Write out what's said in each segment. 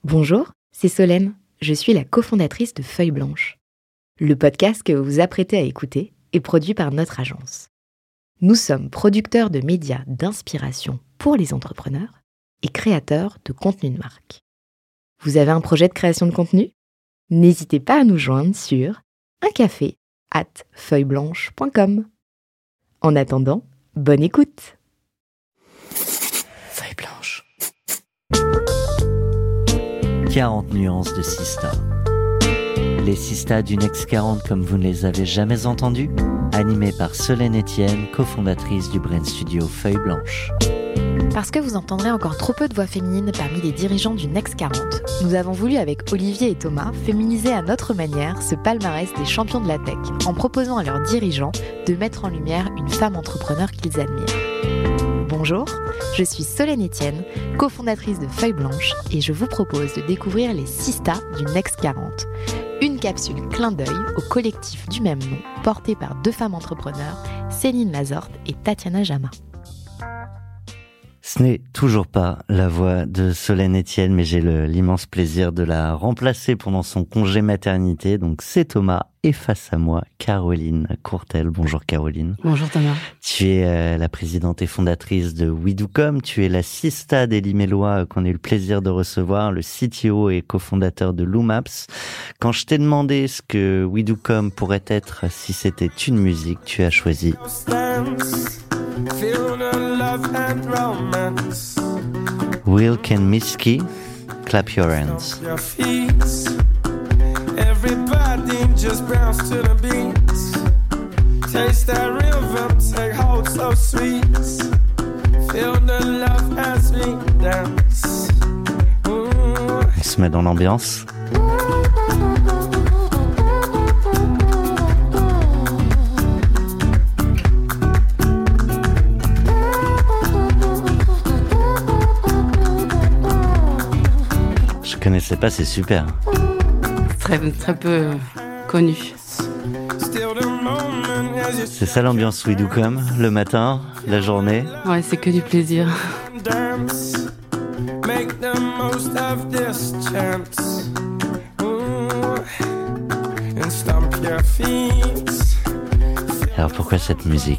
Bonjour, c'est Solène. Je suis la cofondatrice de Feuille Blanche. Le podcast que vous vous apprêtez à écouter est produit par notre agence. Nous sommes producteurs de médias d'inspiration pour les entrepreneurs et créateurs de contenu de marque. Vous avez un projet de création de contenu ? N'hésitez pas à nous joindre sur uncafé@feuilleblanche.com. En attendant, bonne écoute. Feuille Blanche. 40 nuances de Sista. Les Sista du Next 40 comme vous ne les avez jamais entendus, animés par Solène Etienne, cofondatrice du brand studio Feuille Blanche. Parce que vous entendrez encore trop peu de voix féminines parmi les dirigeants du Next 40, nous avons voulu avec Olivier et Thomas féminiser à notre manière ce palmarès des champions de la tech en proposant à leurs dirigeants de mettre en lumière une femme entrepreneur qu'ils admirent. Bonjour, je suis Solène Etienne, cofondatrice de Feuille Blanche et je vous propose de découvrir les Sista du Next 40. Une capsule clin d'œil au collectif du même nom porté par deux femmes entrepreneurs, Céline Lazorte et Tatiana Jama. Ce n'est toujours pas la voix de Solène Etienne, mais j'ai l'immense plaisir de la remplacer pendant son congé maternité. Donc c'est Thomas et face à moi, Caroline Courtel. Bonjour Caroline. Bonjour Thomas. Tu es la présidente et fondatrice de WeDoCom. Tu es la Sista d'Élie Mélois qu'on a eu le plaisir de recevoir, le CTO et cofondateur de Loomaps. Quand je t'ai demandé ce que WeDoCom pourrait être si c'était une musique, tu as choisi Will Can Miski, Clap Your Hands. Everybody just bounce to the beats. Taste that rhythm, take hold so sweet. Feel the love as we dance. On se met dans l'ambiance. Je connaissais pas, c'est super. Très peu connu. C'est ça l'ambiance WeDoCom, le matin, la journée. Ouais, c'est que du plaisir. Alors pourquoi cette musique ?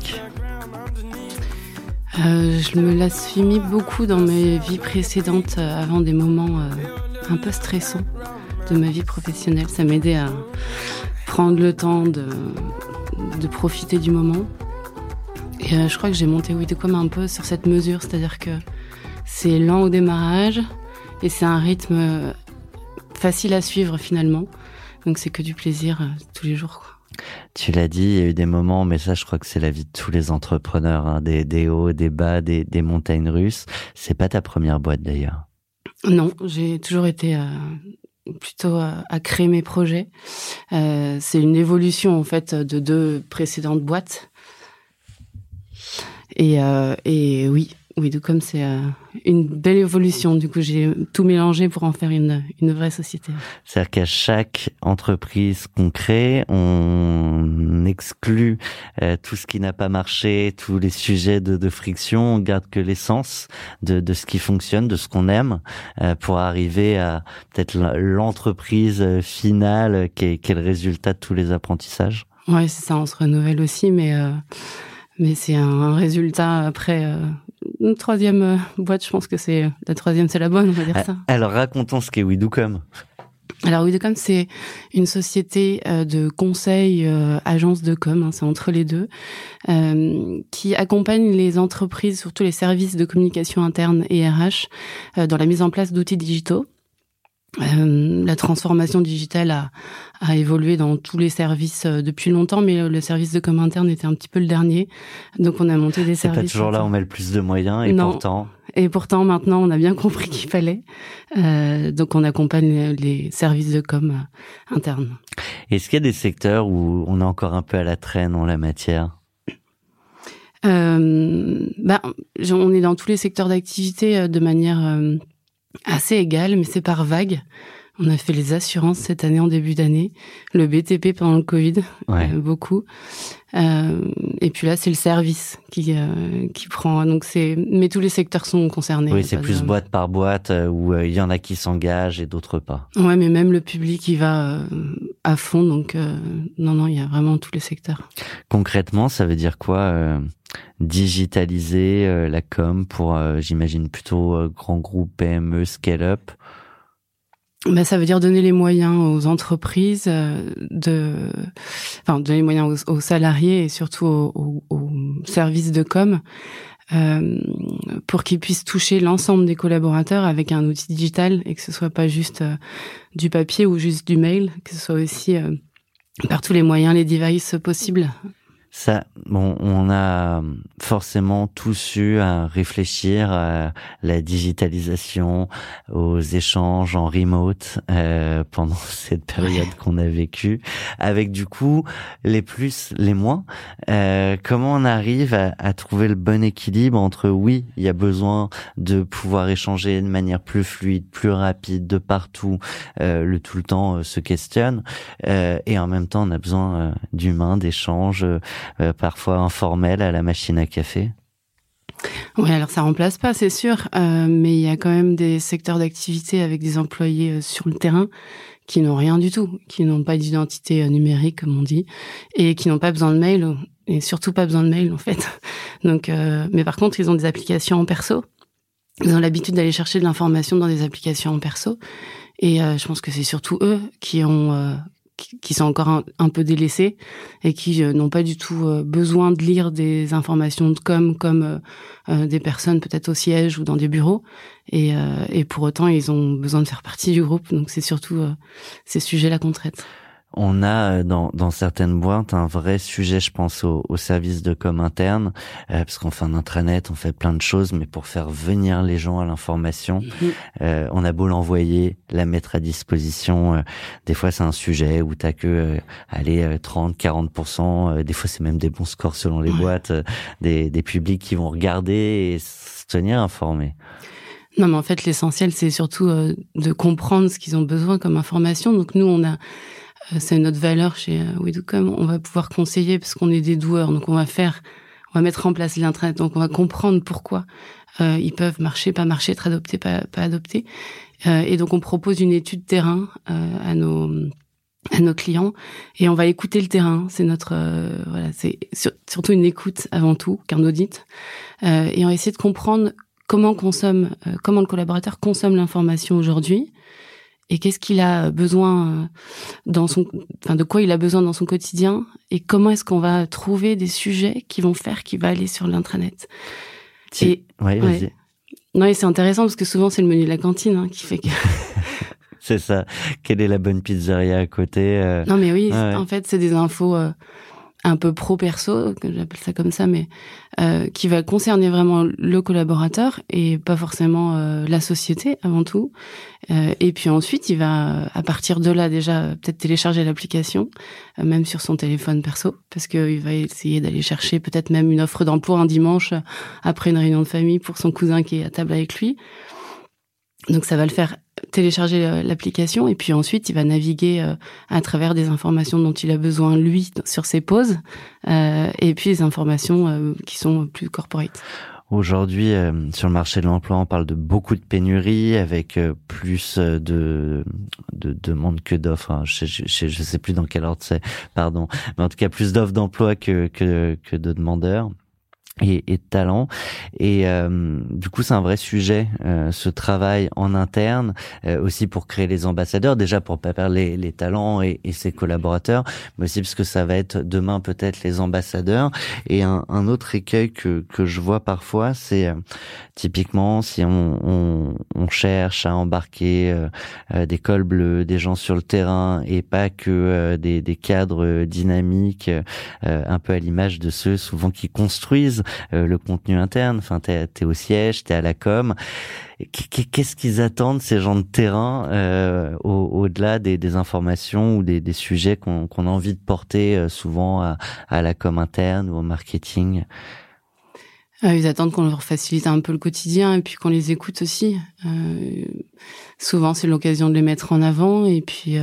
Je me la suis mis beaucoup dans mes vies précédentes, avant des moments un peu stressants de ma vie professionnelle. Ça m'aidait à prendre le temps de profiter du moment. Et je crois que j'ai monté WeDoCom un peu sur cette mesure, c'est-à-dire que c'est lent au démarrage et c'est un rythme facile à suivre finalement. Donc c'est que du plaisir tous les jours, quoi. Tu l'as dit, il y a eu des moments, mais ça je crois que c'est la vie de tous les entrepreneurs, hein, des hauts, des bas, des montagnes russes. C'est pas ta première boîte d'ailleurs. Non, j'ai toujours été plutôt à créer mes projets. C'est une évolution en fait de deux précédentes boîtes. Et oui, WeDoCom c'est une belle évolution. Du coup, j'ai tout mélangé pour en faire une vraie société. C'est-à-dire qu'à chaque entreprise qu'on crée, on exclut tout ce qui n'a pas marché, tous les sujets de friction. On garde que l'essence de ce qui fonctionne, de ce qu'on aime, pour arriver à peut-être l'entreprise finale qui est le résultat de tous les apprentissages. Ouais, c'est ça. On se renouvelle aussi, mais c'est un résultat après. Une troisième boîte, je pense que c'est la troisième, c'est la bonne, on va dire ça. Alors racontons ce qu'est WeDoCom. Alors WeDoCom, c'est une société de conseil, agence de com, hein, c'est entre les deux, qui accompagne les entreprises, surtout les services de communication interne et RH, dans la mise en place d'outils digitaux. La transformation digitale a évolué dans tous les services depuis longtemps, mais le service de com interne était un petit peu le dernier. Donc on a monté des services. C'est pas toujours là où on met le plus de moyens, et non. pourtant. Et pourtant maintenant on a bien compris qu'il fallait. Donc on accompagne les services de com interne. Est-ce qu'il y a des secteurs où on est encore un peu à la traîne en la matière ? On est dans tous les secteurs d'activité de manière assez égale, mais c'est par vague. On a fait les assurances cette année en début d'année, le BTP pendant le Covid, beaucoup. Et puis là, c'est le service qui prend. Donc mais tous les secteurs sont concernés. Oui, c'est plus boîte par boîte où il y en a qui s'engagent et d'autres pas. Ouais, mais même le public il va à fond. Donc non, il y a vraiment tous les secteurs. Concrètement, ça veut dire quoi digitaliser la com pour, j'imagine plutôt grands groupes, PME, scale-up? Ça veut dire donner les moyens aux entreprises donner les moyens aux salariés et surtout aux services de com pour qu'ils puissent toucher l'ensemble des collaborateurs avec un outil digital et que ce soit pas juste du papier ou juste du mail, que ce soit aussi par tous les moyens, les devices possibles. Ça, bon, on a forcément tous eu à réfléchir à la digitalisation, aux échanges en remote pendant cette période qu'on a vécue, avec du coup les plus, les moins. Comment on arrive à trouver le bon équilibre entre oui, il y a besoin de pouvoir échanger de manière plus fluide, plus rapide, de partout, tout le temps se questionne, et en même temps on a besoin d'humains, d'échanges. Parfois informel à la machine à café? Oui, alors ça remplace pas, c'est sûr, mais il y a quand même des secteurs d'activité avec des employés sur le terrain qui n'ont rien du tout, qui n'ont pas d'identité numérique, comme on dit, et qui n'ont pas besoin de mail, et surtout pas besoin de mail, en fait. Donc, mais par contre, ils ont des applications en perso. Ils ont l'habitude d'aller chercher de l'information dans des applications en perso. Et je pense que c'est surtout eux qui sont encore un peu délaissés et qui n'ont pas du tout besoin de lire des informations de com comme des personnes peut-être au siège ou dans des bureaux. Et pour autant, ils ont besoin de faire partie du groupe. Donc, c'est surtout ces sujets-là qu'on traite. On a dans certaines boîtes un vrai sujet, je pense, au service de com interne, parce qu'on fait un intranet, on fait plein de choses, mais pour faire venir les gens à l'information, on a beau l'envoyer, la mettre à disposition, des fois c'est un sujet où t'as que 30-40%, des fois c'est même des bons scores selon les boîtes, des publics qui vont regarder et se tenir informés. Non, mais en fait l'essentiel c'est surtout de comprendre ce qu'ils ont besoin comme information. Donc nous c'est notre valeur chez WeDoCom. On va pouvoir conseiller parce qu'on est des doueurs. Donc, on va mettre en place l'intranet. Donc, on va comprendre pourquoi ils peuvent marcher, pas marcher, être adoptés, pas adoptés. Et donc, on propose une étude terrain à nos clients et on va écouter le terrain. C'est notre c'est surtout une écoute avant tout qu'un audit. Et on va essayer de comprendre comment le collaborateur consomme l'information aujourd'hui. Et qu'est-ce qu'il a besoin de quoi il a besoin dans son quotidien et comment est-ce qu'on va trouver des sujets qui vont faire qu'il va aller sur l'intranet. Vas-y. Non, et c'est intéressant parce que souvent c'est le menu de la cantine qui fait que c'est ça. Quelle est la bonne pizzeria à côté Non mais oui, en fait, c'est des infos un peu pro-perso, que j'appelle ça comme ça, mais qui va concerner vraiment le collaborateur et pas forcément la société avant tout. Et puis ensuite, il va, à partir de là, déjà peut-être télécharger l'application, même sur son téléphone perso, parce qu'il va essayer d'aller chercher peut-être même une offre d'emploi un dimanche après une réunion de famille pour son cousin qui est à table avec lui. Donc ça va le faire télécharger l'application et puis ensuite il va naviguer à travers des informations dont il a besoin lui sur ses pauses et puis les informations qui sont plus corporate. Aujourd'hui, sur le marché de l'emploi, on parle de beaucoup de pénuries avec plus de demandes que d'offres. Hein. Je sais plus dans quel ordre c'est, pardon, mais en tout cas plus d'offres d'emploi que de demandeurs. Et de talent. Et du coup, c'est un vrai sujet, ce travail en interne, aussi pour créer les ambassadeurs, déjà pour pas perdre les talents et ses collaborateurs, mais aussi parce que ça va être demain peut-être les ambassadeurs. Et un autre écueil que je vois parfois, c'est typiquement si on cherche à embarquer des cols bleus, des gens sur le terrain et pas que des cadres dynamiques, un peu à l'image de ceux souvent qui construisent le contenu interne. Enfin, t'es au siège, t'es à la com. Qu'est-ce qu'ils attendent ces gens de terrain au-delà des informations ou des sujets qu'on a envie de porter souvent à la com interne ou au marketing? Ils attendent qu'on leur facilite un peu le quotidien et puis qu'on les écoute aussi. Souvent, c'est l'occasion de les mettre en avant et puis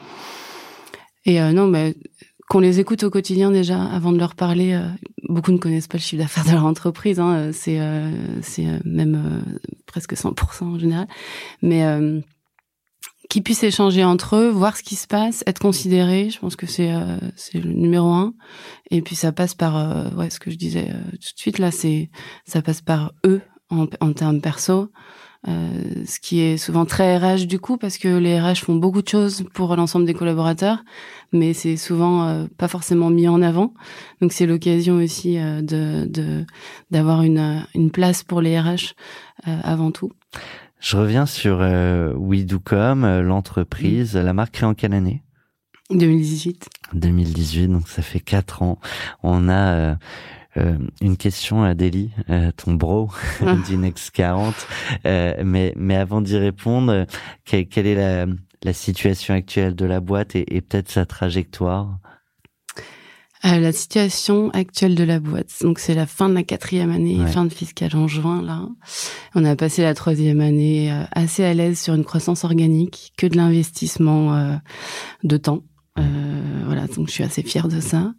non, mais qu'on les écoute au quotidien déjà avant de leur parler. Beaucoup ne connaissent pas le chiffre d'affaires de leur entreprise, hein, c'est même presque 100% en général. Mais qu'ils puissent échanger entre eux, voir ce qui se passe, être considérés, je pense que c'est le numéro 1. Et puis ça passe par ce que je disais tout de suite là, ça passe par eux en termes perso. Ce qui est souvent très RH du coup, parce que les RH font beaucoup de choses pour l'ensemble des collaborateurs, mais c'est souvent pas forcément mis en avant. Donc c'est l'occasion aussi d'avoir une place pour les RH avant tout. Je reviens sur We Do Come, l'entreprise, la marque créée en quelle année ? 2018. 2018, donc ça fait 4 ans. On a une question à Delhi, ton bro du Next 40. Mais avant d'y répondre, quelle est la situation actuelle de la boîte et peut-être sa trajectoire ? La situation actuelle de la boîte, donc c'est la fin de la 4e année, Ouais. fin de fiscale en juin là. On a passé la 3e année assez à l'aise sur une croissance organique, que de l'investissement de temps. Voilà, donc je suis assez fière de ça.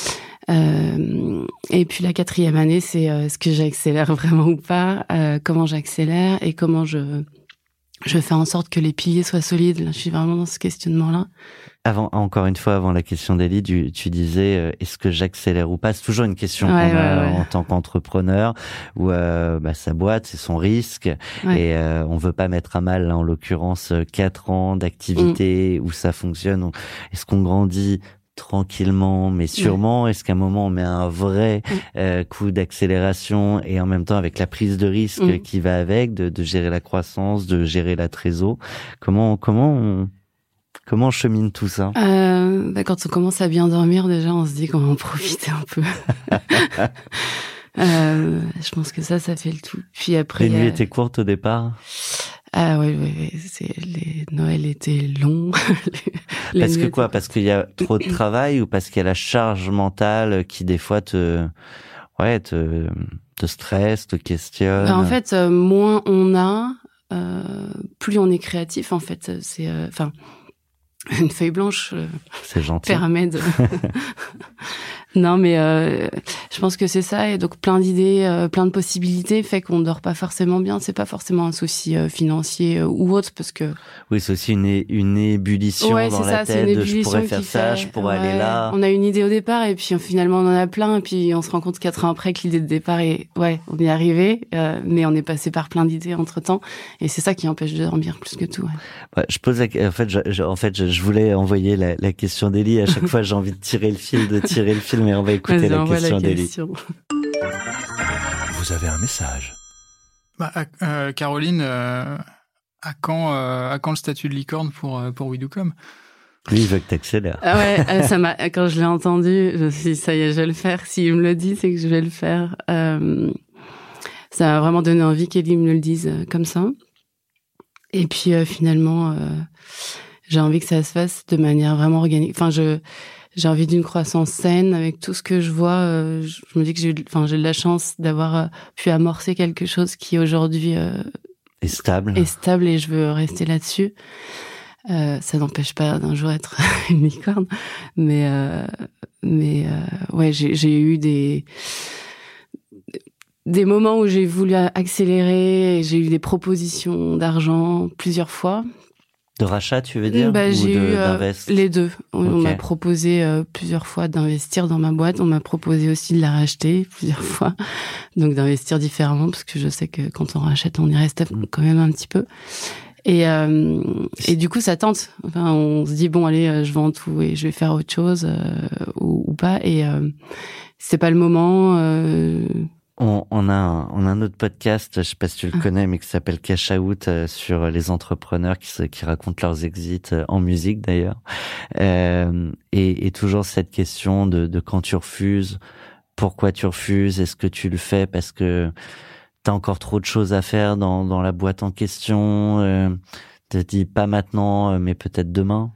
Et puis la 4e année, c'est est-ce que j'accélère vraiment ou pas, comment j'accélère et comment je fais en sorte que les piliers soient solides. Là, je suis vraiment dans ce questionnement-là. Encore une fois, avant la question d'Elie, tu disais est-ce que j'accélère ou pas ? C'est toujours une question qu'on a en tant qu'entrepreneur, où sa boîte, c'est son risque, et on veut pas mettre à mal, là, en l'occurrence, 4 ans d'activité où ça fonctionne. Est-ce qu'on grandit tranquillement mais sûrement? Est-ce qu'à un moment on met un vrai coup d'accélération, et en même temps avec la prise de risque qui va avec, de gérer la croissance, de gérer la trésor? Comment on chemine tout ça? Quand on commence à bien dormir, déjà, on se dit qu'on va en profiter un peu. Je pense que ça fait le tout. Puis après, les nuits étaient courtes au départ? Ah oui. Les Noëls étaient longs. Parce que quoi? Parce qu'il y a trop de travail, ou parce qu'il y a la charge mentale qui des fois te stresse, te questionne? En fait, moins on a, plus on est créatif. En fait, c'est une feuille blanche c'est gentil. permet de... Non, mais je pense que c'est ça, et donc plein d'idées, plein de possibilités fait qu'on dort pas forcément bien. C'est pas forcément un souci financier ou autre, parce que... Oui, c'est aussi une ébullition dans la tête de je pourrais faire ça, je pourrais aller là. On a une idée au départ, et puis finalement on en a plein, et puis on se rend compte 4 ans après que l'idée de départ est... on y est arrivé, mais on est passé par plein d'idées entre-temps, et c'est ça qui empêche de dormir plus que tout. Je pose je voulais envoyer la question d'Elie. À chaque fois, j'ai envie de tirer le fil, mais on va écouter la question d'Elie. Vous avez un message. Caroline, à quand le statut de licorne pour We Do Come? Lui, il veut que t'accélères. Ah ouais, quand je l'ai entendu, je me suis dit, ça y est, je vais le faire. S'il me le dit, c'est que je vais le faire. Ça m'a vraiment donné envie qu'Elie me le dise comme ça. Et puis finalement, j'ai envie que ça se fasse de manière vraiment organique. Enfin, j'ai envie d'une croissance saine avec tout ce que je vois. Je me dis que j'ai de la chance d'avoir pu amorcer quelque chose qui aujourd'hui est stable. Et je veux rester là-dessus. Ça n'empêche pas d'un jour être une licorne, mais j'ai eu des moments où j'ai voulu accélérer, et j'ai eu des propositions d'argent plusieurs fois. De rachat, tu veux dire? J'ai eu d'invest? les deux. On Okay. m'a proposé plusieurs fois d'investir dans ma boîte. On m'a proposé aussi de la racheter plusieurs fois. Donc d'investir différemment, parce que je sais que quand on rachète, on y reste quand même un petit peu. Et du coup, ça tente. Enfin, on se dit, bon, allez, je vends tout et je vais faire autre chose ou pas. Et c'est pas le moment... On a un autre podcast, je sais pas si tu le connais, mais qui s'appelle Cash Out, sur les entrepreneurs qui racontent leurs exits en musique d'ailleurs. Et toujours cette question de quand tu refuses, pourquoi tu refuses, est-ce que tu le fais parce que t'as encore trop de choses à faire dans la boîte en question, te dis pas maintenant, mais peut-être demain.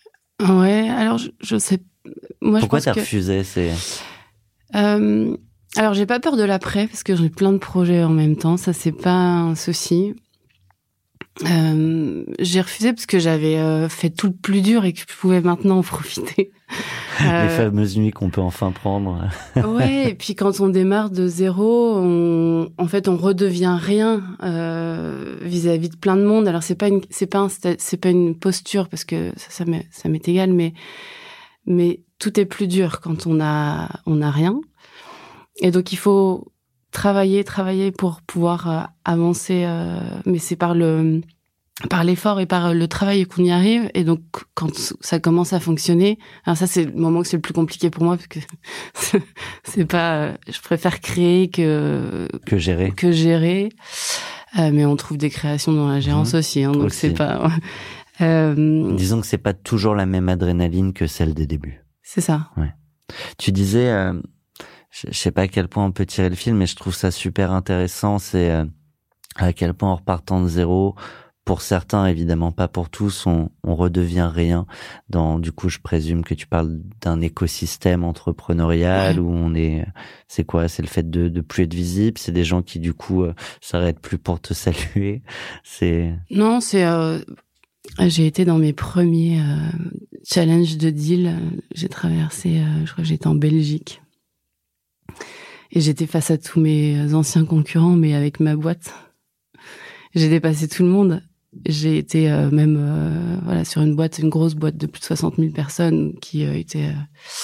Ouais, alors je sais. Moi, pourquoi je pense t'as refusé? Alors, j'ai pas peur de l'après parce que j'ai plein de projets en même temps. Ça, c'est pas un souci. J'ai refusé parce que j'avais fait tout le plus dur et que je pouvais maintenant en profiter. Les fameuses nuits qu'on peut enfin prendre. Ouais, et puis quand on démarre de zéro, on redevient rien vis-à-vis de plein de monde. Alors c'est pas une posture parce que ça m'est égal, mais tout est plus dur quand on a rien. Et donc il faut travailler pour pouvoir avancer, mais c'est par l'effort et par le travail qu'on y arrive. Et donc, quand ça commence à fonctionner, alors ça, c'est le moment que c'est le plus compliqué pour moi, parce que c'est pas, je préfère créer que gérer. Mais on trouve des créations dans la gérance aussi, hein, donc aussi. C'est pas, disons que c'est pas toujours la même adrénaline que celle des débuts. C'est ça. Ouais. Tu disais, je sais pas à quel point on peut tirer le film, mais je trouve ça super intéressant, c'est à quel point en repartant de zéro, pour certains, évidemment pas pour tous, on redevient rien. Du coup, je présume que tu parles d'un écosystème entrepreneurial où on est, c'est quoi? C'est le fait de plus être visible, c'est des gens qui du coup s'arrêtent plus pour te saluer. Non, j'ai été dans mes premiers challenges de deal. J'ai traversé, je crois que j'étais en Belgique. Et j'étais face à tous mes anciens concurrents, mais avec ma boîte. J'ai dépassé tout le monde. J'ai été sur une grosse boîte de plus de 60 000 personnes qui était...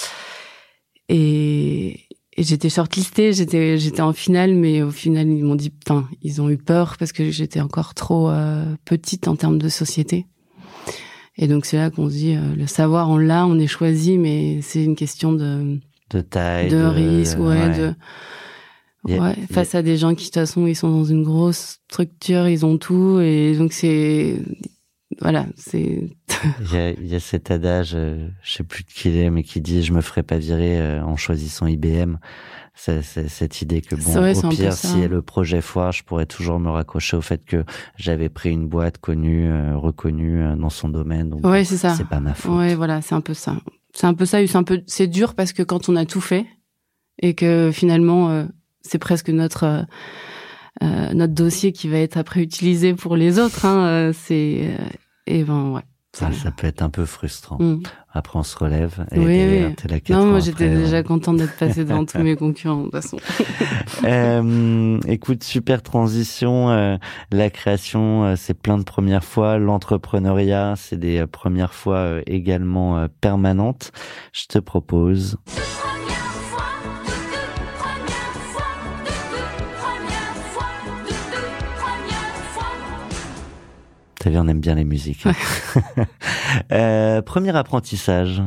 Et j'étais shortlistée, j'étais en finale, mais au final, ils m'ont dit... Enfin, ils ont eu peur parce que j'étais encore trop petite en termes de société. Et donc, c'est là qu'on se dit, le savoir, on est choisi, mais c'est une question de taille, de risque, face à des gens qui de toute façon ils sont dans une grosse structure, ils ont tout, et donc c'est il y a cet adage, je sais plus de qui il est, mais qui dit je me ferai pas virer en choisissant IBM. C'est cette idée que au pire, si le projet foire, je pourrais toujours me raccrocher au fait que j'avais pris une boîte connue, reconnue dans son domaine. Donc c'est ça. C'est pas ma faute. Ouais, voilà, c'est un peu ça. C'est dur parce que quand on a tout fait et que finalement c'est presque notre dossier qui va être après utilisé pour les autres, hein, ça peut être un peu frustrant. Après on se relève et t'es là 4 ans. Non, moi après, j'étais déjà contente d'être passée devant tous mes concurrents de toute façon. Écoute, super transition. La création, c'est plein de premières fois. L'entrepreneuriat, c'est des premières fois également permanentes. Je te propose... T'as vu, on aime bien les musiques. Premier apprentissage.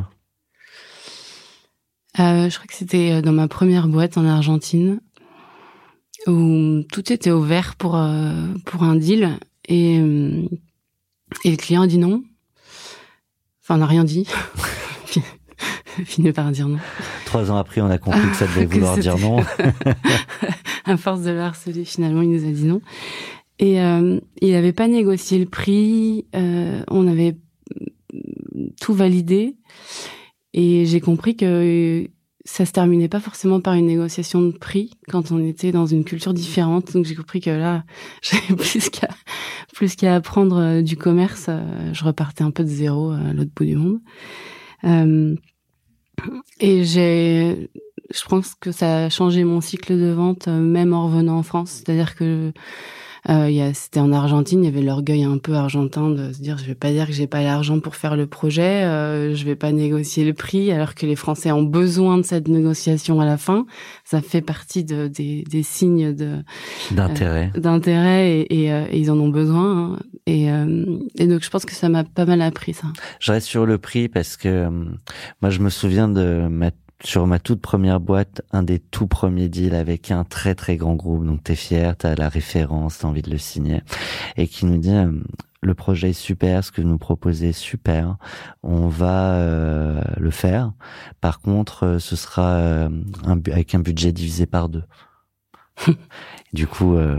Je crois que c'était dans ma première boîte en Argentine où tout était ouvert pour un deal et le client a dit non. Enfin, on n'a rien dit. Fini par dire non. 3 ans après, on a compris que ça devait vouloir dire non. À force de le harceler, finalement, il nous a dit non. Et il n'avait pas négocié le prix, on avait tout validé, et j'ai compris que ça se terminait pas forcément par une négociation de prix quand on était dans une culture différente. Donc j'ai compris que là, j'avais plus qu'à apprendre du commerce. Je repartais un peu de zéro à l'autre bout du monde. Et je pense que ça a changé mon cycle de vente, même en revenant en France. C'est-à-dire que c'était en Argentine, il y avait l'orgueil un peu argentin de se dire je vais pas dire que j'ai pas l'argent pour faire le projet, je vais pas négocier le prix, alors que les Français ont besoin de cette négociation à la fin. Ça fait partie des signes d'intérêt et ils en ont besoin, hein. Et donc je pense que ça m'a pas mal appris ça. Je reste sur le prix parce que moi je me souviens sur ma toute première boîte, un des tout premiers deals avec un très très grand groupe, donc t'es fier, t'as la référence, t'as envie de le signer, et qui nous dit le projet est super, ce que vous nous proposez est super, on va le faire. Par contre, ce sera avec un budget divisé par 2. Du coup,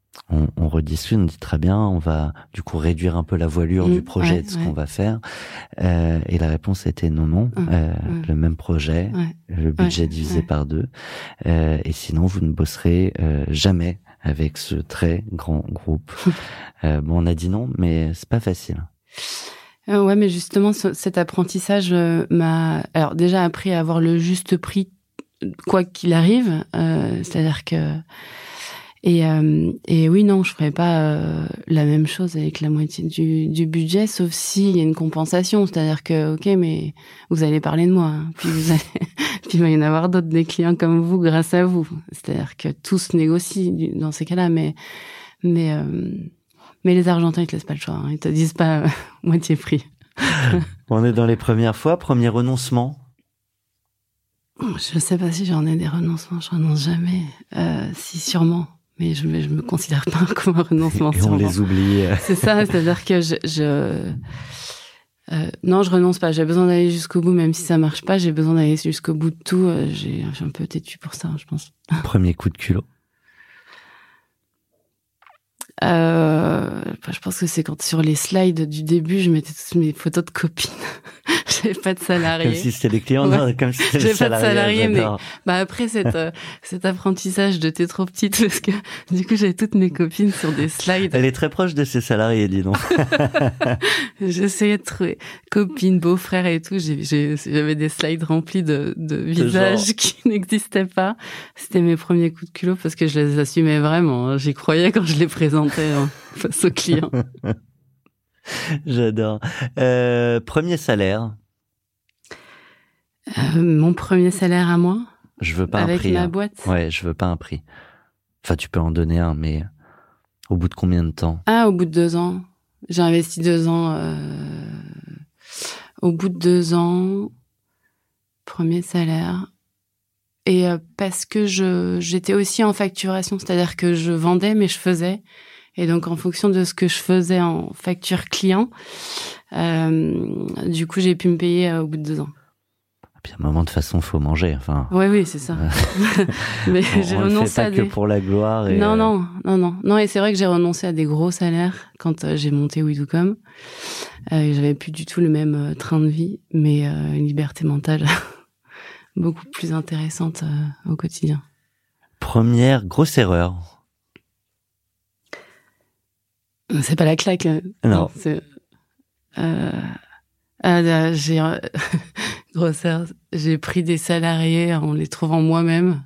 on rediscute, on dit très bien, on va du coup réduire un peu la voilure du projet, de ce qu'on va faire. Et la réponse était non, le même projet, le budget divisé par 2. Et sinon, vous ne bosserez jamais avec ce très grand groupe. Bon, on a dit non, mais c'est pas facile. Ouais, mais justement, cet apprentissage m'a, alors déjà appris à avoir le juste prix, quoi qu'il arrive. C'est-à-dire que et oui, non, je ferais pas la même chose avec la moitié du budget, sauf s'il y a une compensation. C'est-à-dire que, ok, mais vous allez parler de moi, hein, puis puis il va y en avoir d'autres, des clients comme vous, grâce à vous. C'est-à-dire que tout se négocie dans ces cas-là, mais les Argentins, ils te laissent pas le choix, hein, ils te disent pas moitié prix. On est dans les premières fois, premier renoncement. Je sais pas si j'en ai des renoncements, je renonce jamais. Si, sûrement. Mais je me considère pas comme un renoncement. Et on les oublie. C'est ça, c'est-à-dire que non, je renonce pas. J'ai besoin d'aller jusqu'au bout, même si ça marche pas. J'ai besoin d'aller jusqu'au bout de tout. J'ai un peu têtu pour ça, je pense. Premier coup de culot. Je pense que c'est quand sur les slides du début, je mettais toutes mes photos de copines. J'avais pas de salariés. Comme si c'était des clients, non, comme si c'était des salariés. J'avais pas de salariés, mais après cet apprentissage de t'es trop petite, parce que du coup j'avais toutes mes copines sur des slides. Elle est très proche de ses salariés, dis donc. J'essayais de trouver copines, beaux-frères et tout. J'avais des slides remplis de visages qui n'existaient pas. C'était mes premiers coups de culot parce que je les assumais vraiment. J'y croyais quand je les présentais face aux clients. J'adore. Premier salaire. Mon premier salaire à moi. Je veux pas avec un prix. Avec ma boîte. Ouais, je veux pas un prix. Enfin, tu peux en donner un, mais au bout de combien de temps? Au bout de 2 ans. J'ai investi 2 ans. Au bout de 2 ans, premier salaire. Et parce que j'étais aussi en facturation, c'est-à-dire que je vendais, mais je faisais. Et donc, en fonction de ce que je faisais en facture client, du coup, j'ai pu me payer au bout de 2 ans. Et puis, à un moment, de toute façon, faut manger. Enfin. Oui, c'est ça. Mais j'ai renoncé à des... que pour la gloire. Et Non, et c'est vrai que j'ai renoncé à des gros salaires quand j'ai monté WeDoCom. J'avais plus du tout le même train de vie, mais une liberté mentale beaucoup plus intéressante au quotidien. Première grosse erreur. C'est pas la claque. Non. C'est... grosse erreur. J'ai pris des salariés en les trouvant moi-même.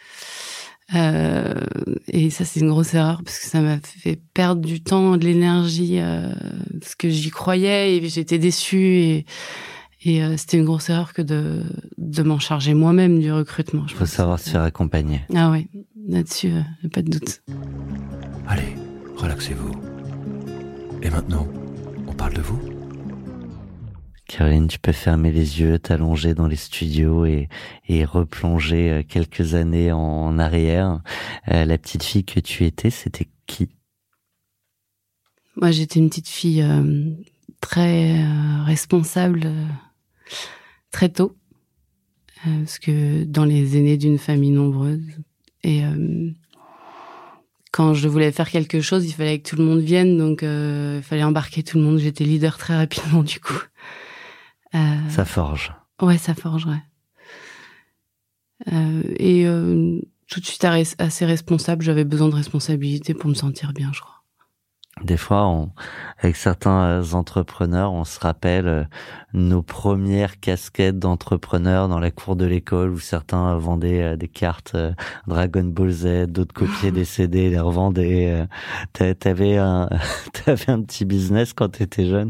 Et ça, c'est une grosse erreur parce que ça m'a fait perdre du temps, de l'énergie, parce que j'y croyais et j'étais déçue et c'était une grosse erreur que de m'en charger moi-même du recrutement. Il faut savoir se faire accompagner. Ah oui, là-dessus, j'ai pas de doute. Allez, relaxez-vous. Et maintenant, on parle de vous ? Caroline, tu peux fermer les yeux, t'allonger dans les studios et replonger quelques années en arrière. La petite fille que tu étais, c'était qui ? Moi, j'étais une petite fille très responsable très tôt, parce que dans les aînés d'une famille nombreuse. Et quand je voulais faire quelque chose, il fallait que tout le monde vienne, donc il fallait embarquer tout le monde. J'étais leader très rapidement, du coup. Ça forge. Ouais, ça forge, ouais. Et tout de suite assez responsable, j'avais besoin de responsabilité pour me sentir bien, je crois. Des fois, avec certains entrepreneurs, on se rappelle nos premières casquettes d'entrepreneurs dans la cour de l'école où certains vendaient des cartes Dragon Ball Z, d'autres copiaient des CD, les revendaient. T'avais un petit business quand t'étais jeune ?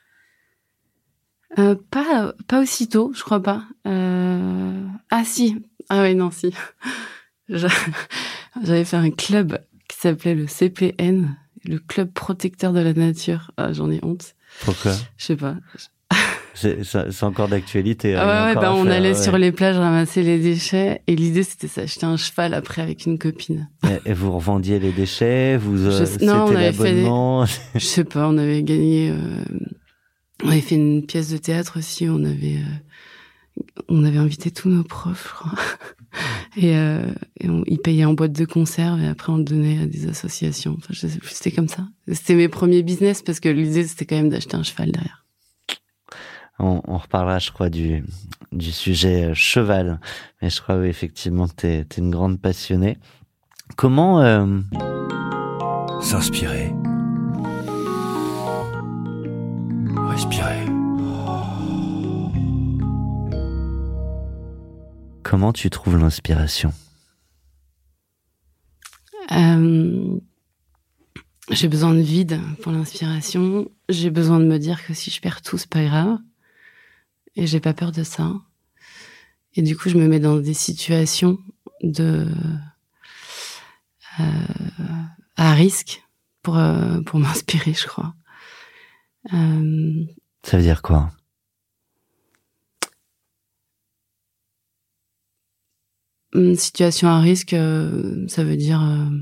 Pas aussitôt, je crois pas. Ah si. Ah oui, non, si. J'avais fait un club qui s'appelait le CPN, le Club Protecteur de la Nature. Ah, j'en ai honte. Pourquoi ? Je sais pas. C'est encore d'actualité. Ah ouais, on allait sur les plages ramasser les déchets et l'idée c'était s'acheter un cheval après avec une copine. Et vous revendiez les déchets, c'était on avait l'abonnement. Je sais pas, on avait gagné. On avait fait une pièce de théâtre aussi. On avait invité tous nos profs, je crois. Ils payaient en boîte de conserve et après on le donnait à des associations. Enfin, je sais plus, c'était comme ça. C'était mes premiers business parce que l'idée c'était quand même d'acheter un cheval derrière. On reparlera, je crois, du sujet cheval. Mais je crois, oui, effectivement, que t'es une grande passionnée. Comment S'inspirer. Respirer. Comment tu trouves l'inspiration? J'ai besoin de vide pour l'inspiration. J'ai besoin de me dire que si je perds tout, c'est pas grave. Et j'ai pas peur de ça. Et du coup, je me mets dans des situations à risque pour m'inspirer, je crois. Ça veut dire quoi? Une situation à risque, ça veut dire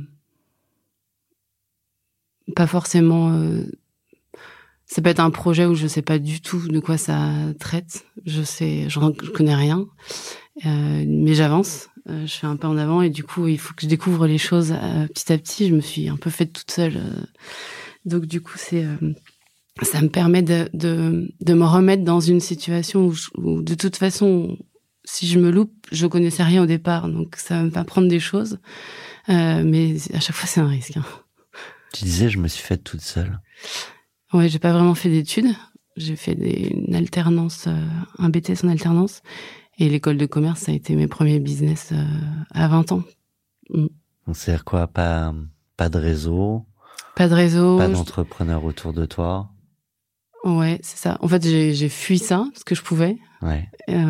pas forcément. Ça peut être un projet où je sais pas du tout de quoi ça traite. Je connais rien, mais j'avance. Je fais un pas en avant et du coup, il faut que je découvre les choses petit à petit. Je me suis un peu faite toute seule, donc du coup, ça me permet de me remettre dans une situation où de toute façon, si je me loupe, je connaissais rien au départ, donc ça va m'apprendre des choses, mais à chaque fois c'est un risque. Hein. Tu disais, je me suis faite toute seule. Ouais, j'ai pas vraiment fait d'études. J'ai fait une alternance, un BTS en alternance. Et l'école de commerce, ça a été mes premiers business à 20 ans. Donc, c'est-à-dire quoi? Pas de réseau? Pas de réseau. Pas d'entrepreneur autour de toi? Ouais, c'est ça. En fait, j'ai fui ça, parce que je pouvais. Ouais.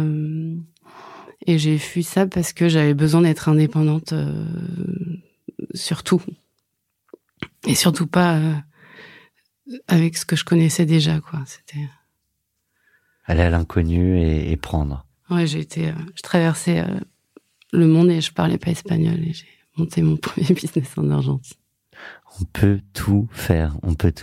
Et j'ai fui ça parce que j'avais besoin d'être indépendante surtout. Et surtout pas avec ce que je connaissais déjà, quoi. C'était aller à l'inconnu et prendre. Ouais, je traversais le monde et je parlais pas espagnol et j'ai monté mon premier business en Argentine. On peut tout faire.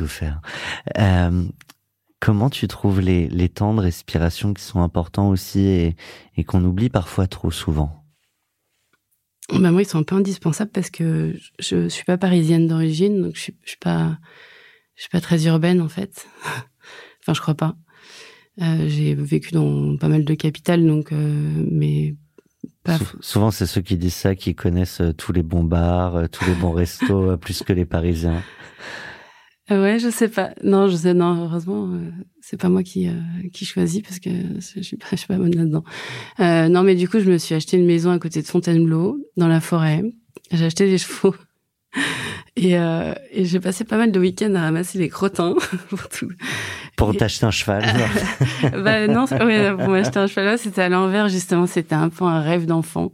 Comment tu trouves les temps de respiration qui sont importants aussi et qu'on oublie parfois trop souvent? Bah moi, ils sont un peu indispensables parce que je suis pas parisienne d'origine, donc je suis pas très urbaine en fait. Enfin, je crois pas. J'ai vécu dans pas mal de capitales, donc mais pas. Souvent, c'est ceux qui disent ça qui connaissent tous les bons bars, tous les bons restos, plus que les Parisiens. Ouais, je sais pas. Non, heureusement, c'est pas moi qui choisis parce que je suis pas bonne là-dedans. Non, mais du coup, je me suis acheté une maison à côté de Fontainebleau, dans la forêt. J'ai acheté des chevaux. Et j'ai passé pas mal de week-ends à ramasser les crottins pour tout. Pour t'acheter un cheval. Bah non, ouais, pour m'acheter un cheval, là, c'était à l'envers, justement, c'était un peu un rêve d'enfant.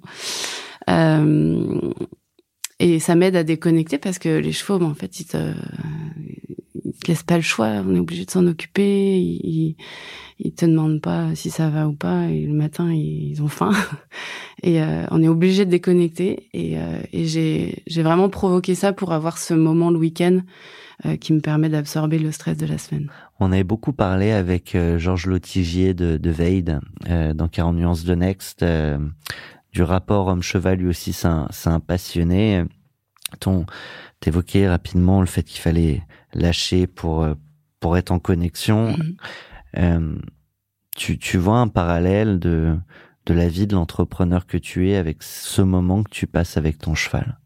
Et ça m'aide à déconnecter parce que les chevaux, en fait, ils te laissent pas le choix. On est obligé de s'en occuper. Ils te demandent pas si ça va ou pas. Et le matin, ils ont faim. Et on est obligé de déconnecter. Et j'ai vraiment provoqué ça pour avoir ce moment le week-end qui me permet d'absorber le stress de la semaine. On avait beaucoup parlé avec Georges Lotigier de Veid dans 40 nuances de Next. Du rapport homme-cheval, lui aussi, c'est un passionné. T'évoquais rapidement le fait qu'il fallait lâcher pour être en connexion. Tu vois un parallèle de la vie de l'entrepreneur que tu es avec ce moment que tu passes avec ton cheval?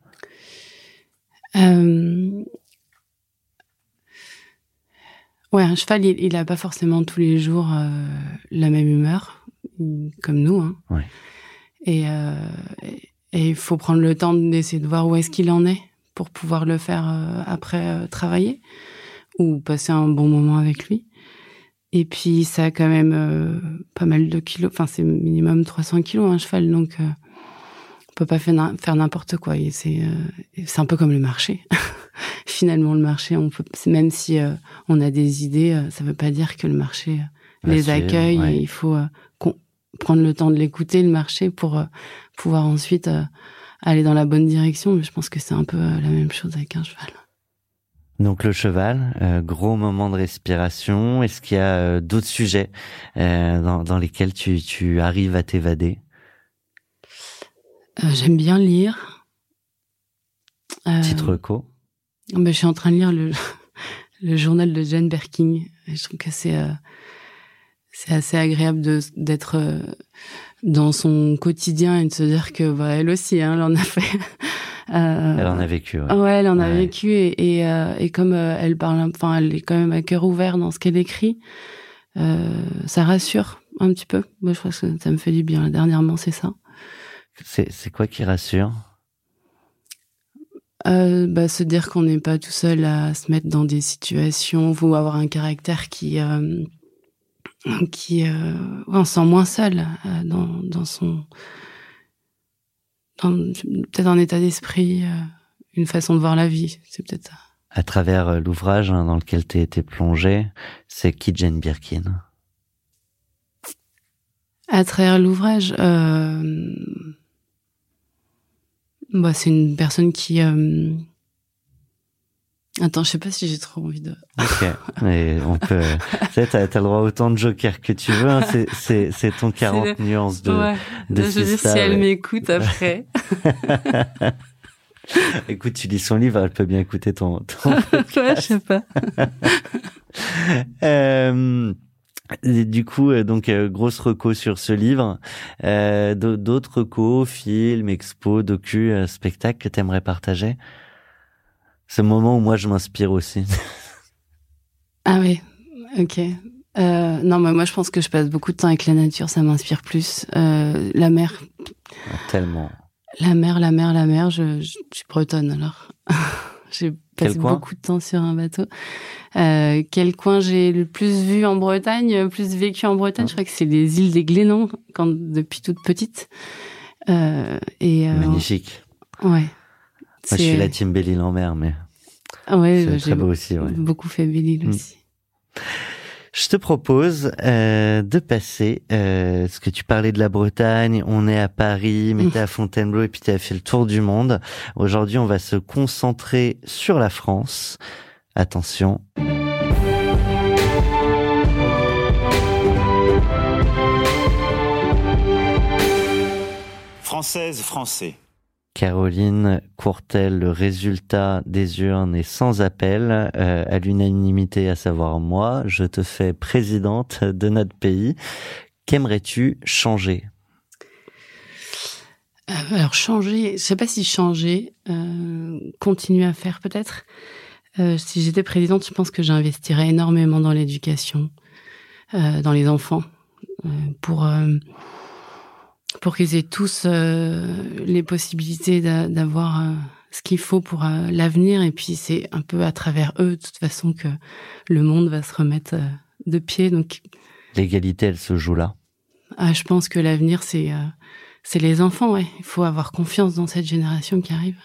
Ouais, un cheval, il a pas forcément tous les jours la même humeur, comme nous. Hein. Ouais. Et il faut prendre le temps d'essayer de voir où est-ce qu'il en est pour pouvoir le faire après travailler ou passer un bon moment avec lui. Et puis ça a quand même pas mal de kilos, enfin c'est minimum 300 kilos un cheval, donc on peut pas faire n'importe quoi. Et c'est un peu comme le marché. Finalement, le marché, même si on a des idées, ça veut pas dire que le marché les accueille. Ouais. Et il faut prendre le temps de l'écouter, le marché, pour pouvoir ensuite aller dans la bonne direction. Mais je pense que c'est un peu la même chose avec un cheval. Donc le cheval, gros moment de respiration. Est-ce qu'il y a d'autres sujets dans lesquels tu arrives à t'évader? J'aime bien lire. Petite reco. Je suis en train de lire le journal de Jane Birkin. Et je trouve que c'est assez agréable d'être dans son quotidien et de se dire que elle aussi, elle en a fait. Elle en a vécu. Ouais, elle en a vécu et comme elle parle, elle est quand même à cœur ouvert dans ce qu'elle écrit. Ça rassure un petit peu. Moi, je crois que ça me fait du bien. Dernièrement, c'est ça. C'est quoi qui rassure? Se dire qu'on n'est pas tout seul à se mettre dans des situations ou avoir un caractère qui on se sent moins seul dans son peut-être un état d'esprit, une façon de voir la vie, c'est peut-être ça. À travers l'ouvrage dans lequel tu été plongé, c'est qui Jane Birkin? À travers l'ouvrage, c'est une personne qui... Attends, je sais pas si j'ai trop envie de... Ok, mais on peut... Tu sais, t'as le droit à autant de jokers que tu veux, hein. C'est ton 40 nuances de je veux dire, si elle m'écoute après... Écoute, tu lis son livre, elle peut bien écouter ton podcast. Ouais, je sais pas. Du coup, grosse reco sur ce livre. D'autres recos, films, expos, docu, spectacles que t'aimerais partager? Ce moment où moi je m'inspire aussi. Ah oui, ok. Non, mais moi je pense que je passe beaucoup de temps avec la nature, ça m'inspire plus. La mer. Tellement. La mer, je suis bretonne alors. J'ai passé beaucoup de temps sur un bateau. Quel coin j'ai le plus vu en Bretagne, plus vécu en Bretagne? Je crois que c'est les îles des Glénans, depuis toute petite. Magnifique. Ouais. Moi, je suis la team Belle-Île-en-Mer, mais c'est très beau aussi. Ouais. Beaucoup fait Belle-Île aussi. Je te propose de passer, parce que tu parlais de la Bretagne, on est à Paris, mais t'es à Fontainebleau et puis t'as fait le tour du monde. Aujourd'hui, on va se concentrer sur la France. Attention. Française, Français. Caroline Courtel, le résultat des urnes est sans appel, à l'unanimité, à savoir moi. Je te fais présidente de notre pays. Qu'aimerais-tu changer? Alors changer, je sais pas si changer, continuer à faire peut-être. Si j'étais présidente, je pense que j'investirais énormément dans l'éducation, dans les enfants, pour qu'ils aient tous les possibilités d'avoir ce qu'il faut pour l'avenir. Et puis c'est un peu à travers eux, de toute façon, que le monde va se remettre de pied. Donc l'égalité, elle se joue là. Je pense que l'avenir, c'est les enfants. Ouais, il faut avoir confiance dans cette génération qui arrive.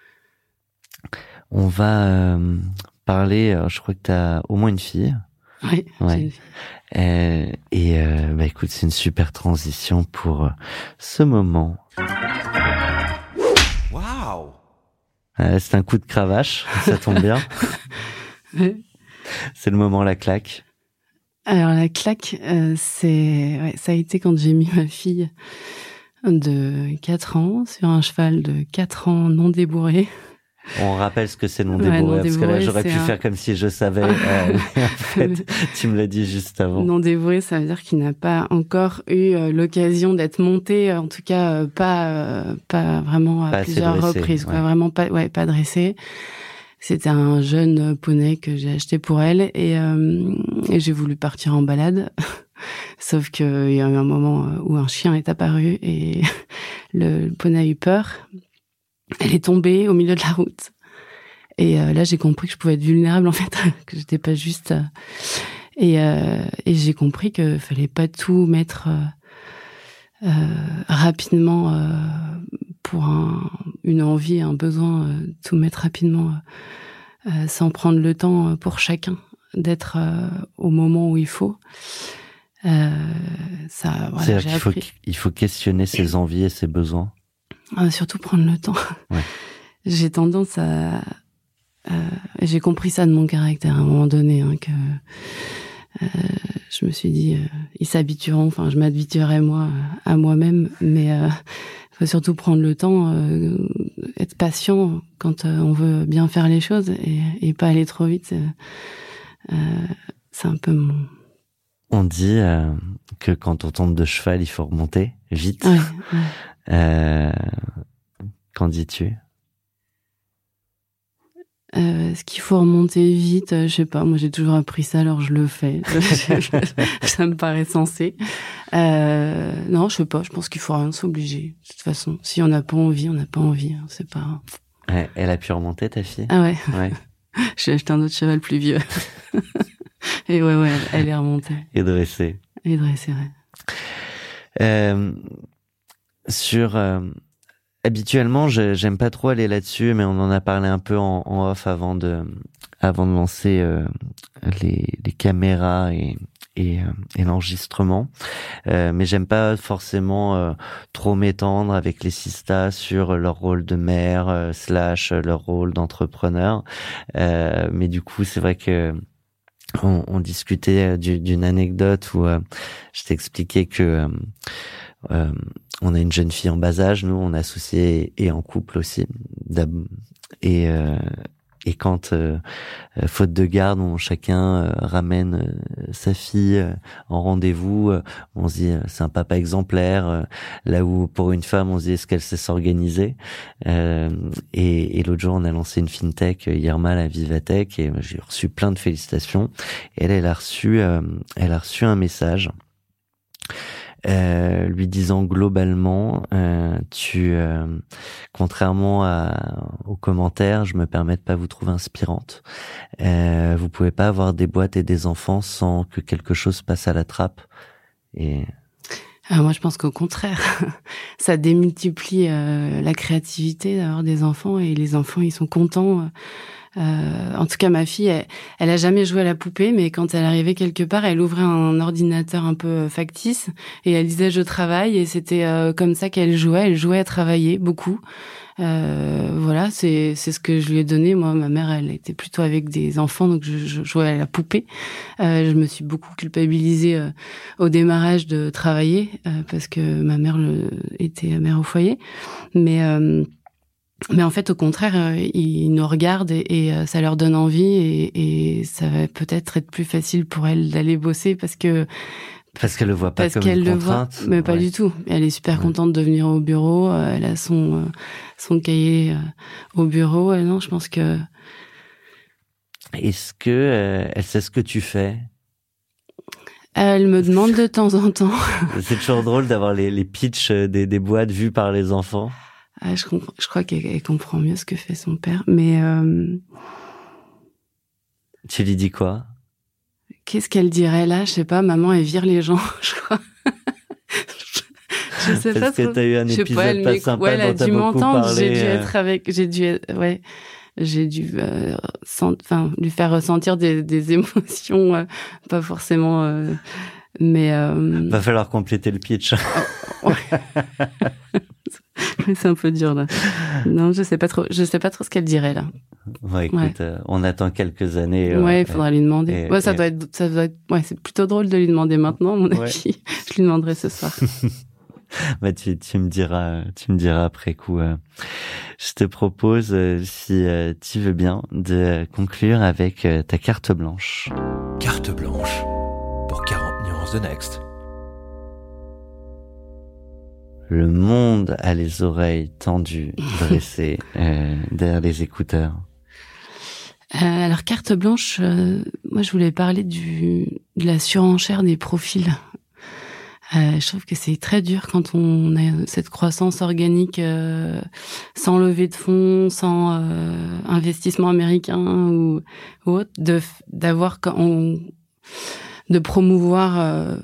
On va parler. Je crois que t'as au moins une fille. Oui, ouais. J'ai une fille. Écoute, c'est une super transition pour ce moment. Waouh! C'est un coup de cravache, ça tombe bien. C'est le moment, la claque. Alors la claque, ça a été quand j'ai mis ma fille de 4 ans sur un cheval de 4 ans non débourré. On rappelle ce que c'est non débourré, parce que là j'aurais pu faire comme si je savais. En fait, tu me l'as dit juste avant. Non débourré, ça veut dire qu'il n'a pas encore eu l'occasion d'être monté, en tout cas pas vraiment à plusieurs reprises, quoi. Vraiment pas dressé. C'était un jeune poney que j'ai acheté pour elle et j'ai voulu partir en balade. Sauf qu'il y a eu un moment où un chien est apparu et le poney a eu peur. Elle est tombée au milieu de la route. Et là, j'ai compris que je pouvais être vulnérable, en fait, que j'étais pas juste... Et j'ai compris qu'il fallait pas tout mettre rapidement pour une envie, un besoin, tout mettre rapidement sans prendre le temps pour chacun d'être au moment où il faut. C'est-à-dire qu'il faut questionner ses envies et ses besoins. Surtout prendre le temps. Ouais. J'ai tendance à... j'ai compris ça de mon caractère à un moment donné, que je me suis dit, ils s'habitueront, enfin je m'habituerai moi à moi-même, mais faut surtout prendre le temps, être patient quand on veut bien faire les choses et pas aller trop vite. C'est un peu mon... On dit que quand on tombe de cheval, il faut remonter vite. Ouais. Qu'en dis-tu ? Est-ce qu'il faut remonter vite ? Je sais pas. Moi, j'ai toujours appris ça, alors je le fais. Ça me paraît sensé. Non, je sais pas. Je pense qu'il faut rien s'obliger. De toute façon, si on n'a pas envie, on n'a pas envie. Hein, c'est pas... Ouais, elle a pu remonter, ta fille ? Ah ouais. Ouais. J'ai acheté un autre cheval plus vieux. Et ouais, elle est remontée. Et dressée. Et dressée, ouais. Habituellement, j'aime pas trop aller là-dessus, mais on en a parlé un peu en off avant de lancer les caméras et l'enregistrement. Mais j'aime pas forcément trop m'étendre avec les sistas sur leur rôle de mère / leur rôle d'entrepreneur. Mais du coup, c'est vrai que on discutait d'une anecdote où je t'expliquais que on a une jeune fille en bas âge, nous on est associés et en couple aussi, et quand faute de garde, chacun ramène sa fille en rendez-vous, on se dit c'est un papa exemplaire, là où pour une femme on se dit est-ce qu'elle sait s'organiser, et l'autre jour on a lancé une fintech Irma, la Vivatech, et j'ai reçu plein de félicitations, et elle a reçu un message lui disant globalement contrairement aux commentaires, je me permets de pas vous trouver inspirante, vous pouvez pas avoir des boîtes et des enfants sans que quelque chose passe à la trappe. Et moi je pense qu'au contraire ça démultiplie la créativité d'avoir des enfants, et les enfants ils sont contents. En tout cas, ma fille, elle a jamais joué à la poupée, mais quand elle arrivait quelque part, elle ouvrait un ordinateur un peu factice et elle disait je travaille, et c'était comme ça qu'elle jouait. Elle jouait à travailler beaucoup. Voilà, c'est ce que je lui ai donné. Moi, ma mère, elle était plutôt avec des enfants, donc je jouais à la poupée. Je me suis beaucoup culpabilisée au démarrage de travailler parce que ma mère était mère au foyer, mais en fait, au contraire, ils nous regardent et ça leur donne envie, et ça va peut-être être plus facile pour elle d'aller bosser parce qu'elle le voit pas comme une contrainte. Mais pas du tout. Elle est super contente de venir au bureau. Elle a son cahier au bureau. Non, je pense que... Est-ce que elle sait ce que tu fais ? Elle me demande de temps en temps. C'est toujours drôle d'avoir les pitchs des boîtes vues par les enfants. Je crois qu'elle comprend mieux ce que fait son père, mais... Tu lui dis quoi ? Qu'est-ce qu'elle dirait là ? Je sais pas, maman, elle vire les gens, je crois. Je sais Parce pas. que t'as eu un épisode pas sympa elle a dont t'as dû beaucoup m'entendre, parlé. J'ai dû lui faire ressentir des émotions, pas forcément... mais va falloir compléter le pitch. C'est un peu dur là. Non, je sais pas trop ce qu'elle dirait là. Ouais, écoute, on attend quelques années. Ouais, il faudra lui demander. Ça doit être, c'est plutôt drôle de lui demander maintenant, à mon avis. Je lui demanderai ce soir. Bah, tu me diras après coup. Je te propose, si tu veux bien, de conclure avec ta carte blanche. Carte blanche pour 40 nuances de Next. Le monde a les oreilles tendues, dressées derrière les écouteurs. Alors, carte blanche, moi je voulais parler de la surenchère des profils. Je trouve que c'est très dur quand on a cette croissance organique sans levée de fonds, sans investissement américain ou autre, de promouvoir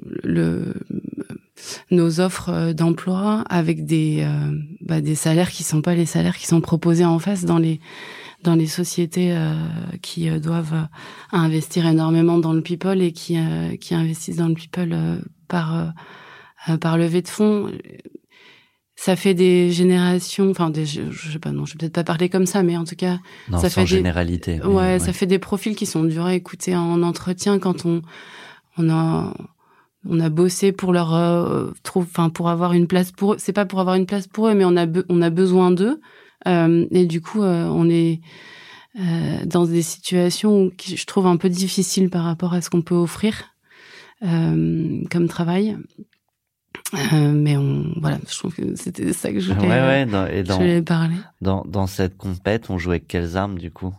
nos offres d'emploi avec des salaires qui sont pas les salaires qui sont proposés en face dans les sociétés qui doivent investir énormément dans le people et qui investissent dans le people par levée de fonds. Ça fait des générations, je sais pas, non, je vais peut-être pas parler comme ça, mais en tout cas, non, ça fait généralité. Ça fait des profils qui sont durs à écouter en entretien quand on a on a bossé pour leur pour avoir une place pour eux. C'est pas pour avoir une place pour eux, mais on a besoin d'eux. Et du coup, on est dans des situations qui je trouve un peu difficiles par rapport à ce qu'on peut offrir comme travail. Mais voilà, je trouve que c'était ça que je voulais parler. Dans cette compète, on jouait avec quelles armes du coup?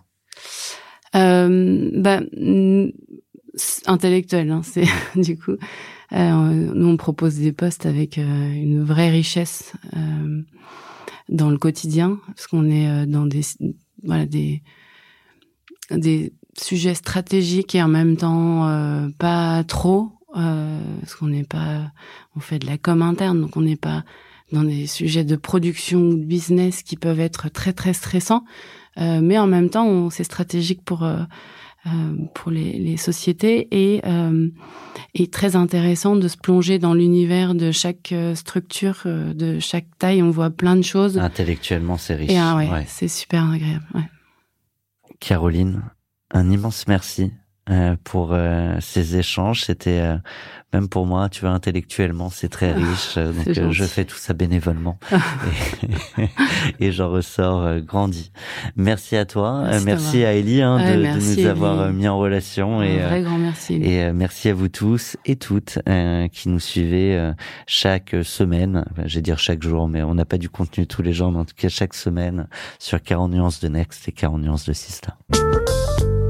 Intellectuel, hein, c'est du coup. Nous, on propose des postes avec une vraie richesse dans le quotidien, parce qu'on est dans des sujets stratégiques et en même temps pas trop, parce on fait de la com interne, donc on n'est pas dans des sujets de production ou de business qui peuvent être très très stressants, mais en même temps c'est stratégique pour les sociétés et très intéressant de se plonger dans l'univers de chaque structure, de chaque taille. On voit plein de choses. Intellectuellement, c'est riche. Et c'est super agréable. Ouais. Caroline, un immense merci pour ces échanges. C'était même pour moi, tu vois, intellectuellement, c'est très riche. Donc je fais tout ça bénévolement et j'en ressors grandi. Merci à toi, merci à Ellie de nous avoir mis en relation un vrai grand merci. Et merci à vous tous et toutes qui nous suivez chaque semaine. Enfin, je vais dire chaque jour, mais on n'a pas du contenu tous les jours, mais en tout cas chaque semaine sur 40 nuances de Next et 40 nuances de Sista.